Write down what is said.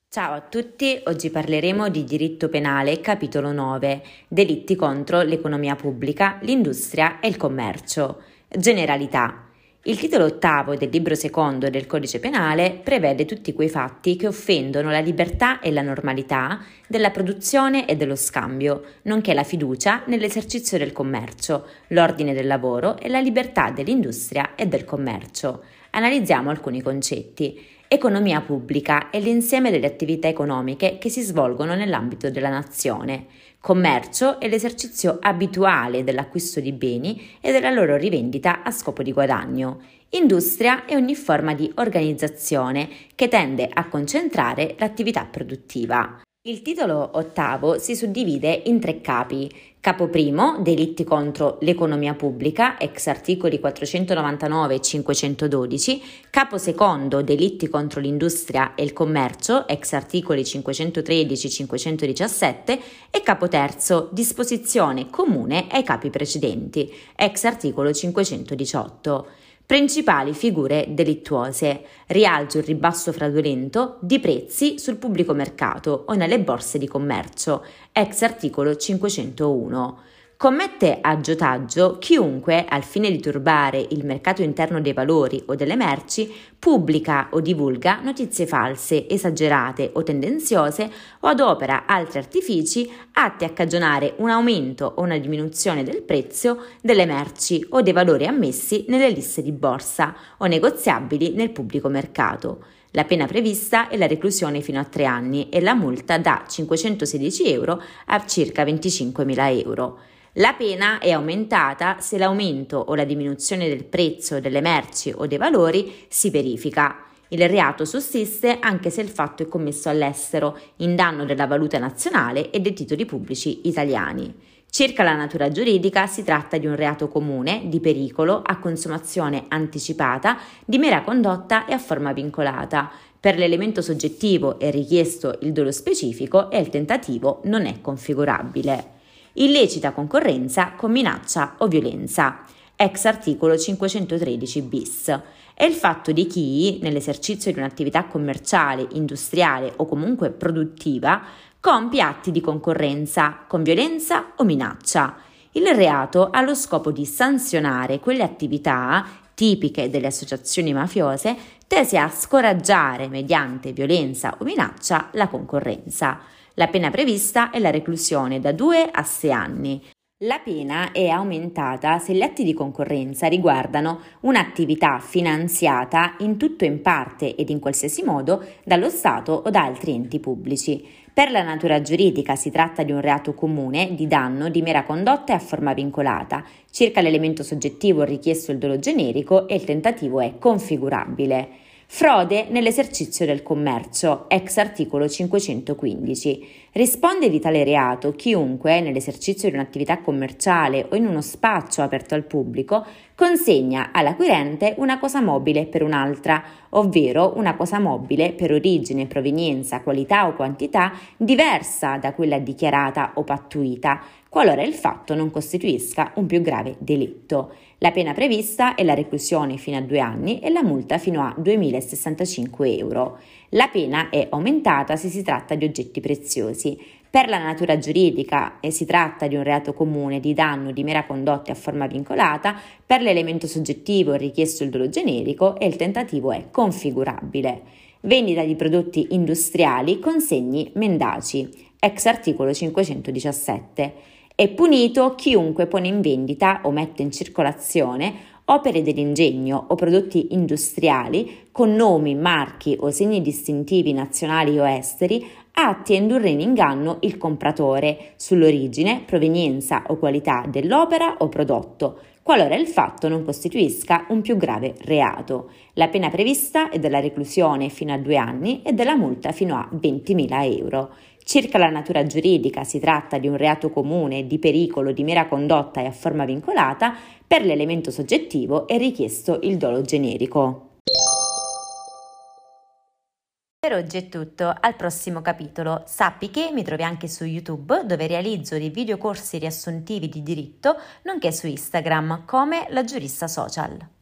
Ciao a tutti, oggi parleremo di diritto penale, capitolo 9, delitti contro l'economia pubblica, l'industria e il commercio. Generalità. Il titolo ottavo del libro secondo del Codice Penale prevede tutti quei fatti che offendono la libertà e la normalità della produzione e dello scambio, nonché la fiducia nell'esercizio del commercio, l'ordine del lavoro e la libertà dell'industria e del commercio. Analizziamo alcuni concetti. Economia pubblica è l'insieme delle attività economiche che si svolgono nell'ambito della nazione. Commercio è l'esercizio abituale dell'acquisto di beni e della loro rivendita a scopo di guadagno. Industria è ogni forma di organizzazione che tende a concentrare l'attività produttiva. Il titolo ottavo si suddivide in tre capi. Capo primo, delitti contro l'economia pubblica, ex articoli 499 e 512. Capo secondo, delitti contro l'industria e il commercio, ex articoli 513 e 517. E capo terzo, disposizione comune ai capi precedenti, ex articolo 518. Principali figure delittuose: rialzo e ribasso fraudolento di prezzi sul pubblico mercato o nelle borse di commercio, ex articolo 501. Commette aggiotaggio chiunque, al fine di turbare il mercato interno dei valori o delle merci, pubblica o divulga notizie false, esagerate o tendenziose o adopera altri artifici atti a cagionare un aumento o una diminuzione del prezzo delle merci o dei valori ammessi nelle liste di borsa o negoziabili nel pubblico mercato. La pena prevista è la reclusione fino a 3 anni e la multa da 516 euro a circa 25.000 euro. La pena è aumentata se l'aumento o la diminuzione del prezzo delle merci o dei valori si verifica. Il reato sussiste anche se il fatto è commesso all'estero, in danno della valuta nazionale e dei titoli pubblici italiani. Circa la natura giuridica, si tratta di un reato comune, di pericolo, a consumazione anticipata, di mera condotta e a forma vincolata. Per l'elemento soggettivo è richiesto il dolo specifico e il tentativo non è configurabile. Illecita concorrenza con minaccia o violenza, ex articolo 513 bis. È il fatto di chi, nell'esercizio di un'attività commerciale, industriale o comunque produttiva, compie atti di concorrenza con violenza o minaccia. Il reato ha lo scopo di sanzionare quelle attività tipiche delle associazioni mafiose tese a scoraggiare mediante violenza o minaccia la concorrenza. La pena prevista è la reclusione da 2 a 6 anni. La pena è aumentata se gli atti di concorrenza riguardano un'attività finanziata in tutto o in parte ed in qualsiasi modo dallo Stato o da altri enti pubblici. Per la natura giuridica si tratta di un reato comune, di danno, di mera condotta e a forma vincolata. Circa l'elemento soggettivo richiesto il dolo generico e il tentativo è configurabile. Frode nell'esercizio del commercio, ex articolo 515. Risponde di tale reato chiunque, nell'esercizio di un'attività commerciale o in uno spaccio aperto al pubblico, consegna all'acquirente una cosa mobile per un'altra, ovvero una cosa mobile per origine, provenienza, qualità o quantità diversa da quella dichiarata o pattuita, qualora il fatto non costituisca un più grave delitto. La pena prevista è la reclusione fino a 2 anni e la multa fino a 2.065 euro. La pena è aumentata se si tratta di oggetti preziosi. Per la natura giuridica si tratta di un reato comune, di danno, di mera condotta a forma vincolata. Per l'elemento soggettivo è richiesto il dolo generico e il tentativo è configurabile. Vendita di prodotti industriali con segni mendaci, ex articolo 517. È punito chiunque pone in vendita o mette in circolazione opere dell'ingegno o prodotti industriali con nomi, marchi o segni distintivi nazionali o esteri atti a indurre in inganno il compratore sull'origine, provenienza o qualità dell'opera o prodotto, qualora il fatto non costituisca un più grave reato. La pena prevista è della reclusione fino a 2 anni e della multa fino a 20.000 euro. Circa la natura giuridica si tratta di un reato comune, di pericolo, di mera condotta e a forma vincolata. Per l'elemento soggettivo è richiesto il dolo generico. Per oggi è tutto, al prossimo capitolo. Sappi che mi trovi anche su YouTube, dove realizzo dei videocorsi riassuntivi di diritto, nonché su Instagram come La Giurista Social.